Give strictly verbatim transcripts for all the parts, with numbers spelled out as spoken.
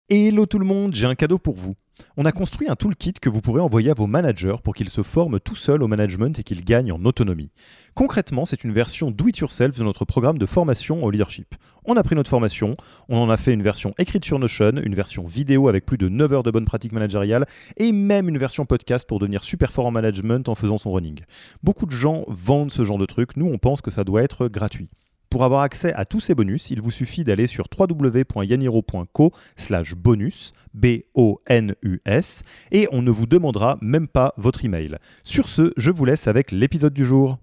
Hello tout le monde, j'ai un cadeau pour vous. On a construit un toolkit que vous pourrez envoyer à vos managers pour qu'ils se forment tout seuls au management et qu'ils gagnent en autonomie. Concrètement, c'est une version do-it-yourself de notre programme de formation au leadership. On a pris notre formation, on en a fait une version écrite sur Notion, une version vidéo avec plus de neuf heures de bonnes pratiques managériales et même une version podcast pour devenir super fort en management en faisant son running. Beaucoup de gens vendent ce genre de truc, nous on pense que ça doit être gratuit. Pour avoir accès à tous ces bonus, il vous suffit d'aller sur w w w point yaniro point co slash bonus, B O N U S, et on ne vous demandera même pas votre email. Sur ce, je vous laisse avec l'épisode du jour.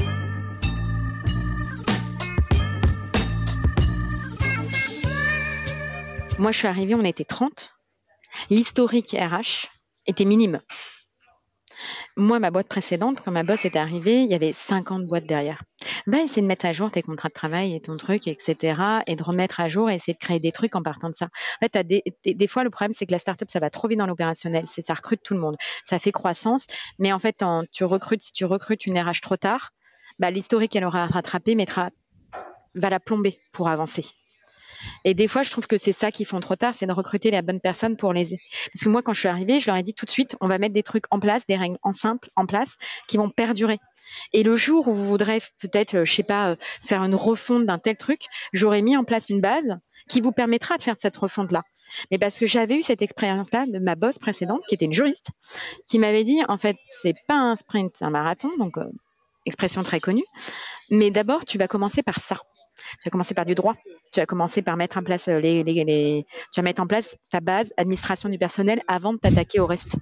Moi, je suis arrivée, on était trente. L'historique R H était minime. Moi, ma boîte précédente, quand ma boss est arrivée, il y avait cinquante boîtes derrière. Va essayer de mettre à jour tes contrats de travail et ton truc, et cetera, et de remettre à jour et essayer de créer des trucs en partant de ça. En fait, t'as des, des, des fois, le problème, c'est que la startup, ça va trop vite dans l'opérationnel. C'est, ça recrute tout le monde. Ça fait croissance. Mais en fait, quand tu recrutes, si tu recrutes une R H trop tard, bah, l'historique, elle aura rattrapé, mettra, va la plomber pour avancer. Et des fois, je trouve que c'est ça qu'ils font trop tard, c'est de recruter les bonnes personnes pour les... Parce que moi, quand je suis arrivée, je leur ai dit tout de suite, on va mettre des trucs en place, des règles en simple en place, qui vont perdurer. Et le jour où vous voudrez peut-être, je sais pas, faire une refonte d'un tel truc, j'aurais mis en place une base qui vous permettra de faire cette refonte-là. Mais parce que j'avais eu cette expérience-là de ma boss précédente, qui était une juriste, qui m'avait dit, en fait, c'est pas un sprint, c'est un marathon, donc euh, expression très connue. Mais d'abord, tu vas commencer par ça. Tu vas commencer par du droit. Tu vas commencer par mettre en place les, les, les... tu vas mettre en place ta base administration du personnel avant de t'attaquer au reste.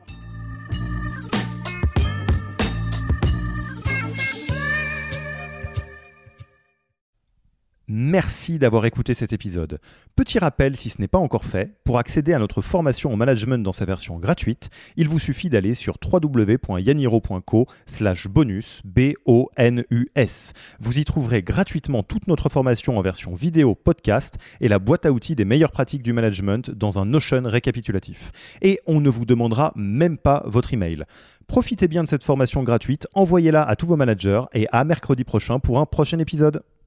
Merci d'avoir écouté cet épisode. Petit rappel, si ce n'est pas encore fait, pour accéder à notre formation en management dans sa version gratuite, il vous suffit d'aller sur w w w point yaniro point co slash bonus, B O N U S. Vous y trouverez gratuitement toute notre formation en version vidéo podcast et la boîte à outils des meilleures pratiques du management dans un Notion récapitulatif. Et on ne vous demandera même pas votre email. Profitez bien de cette formation gratuite, envoyez-la à tous vos managers et à mercredi prochain pour un prochain épisode.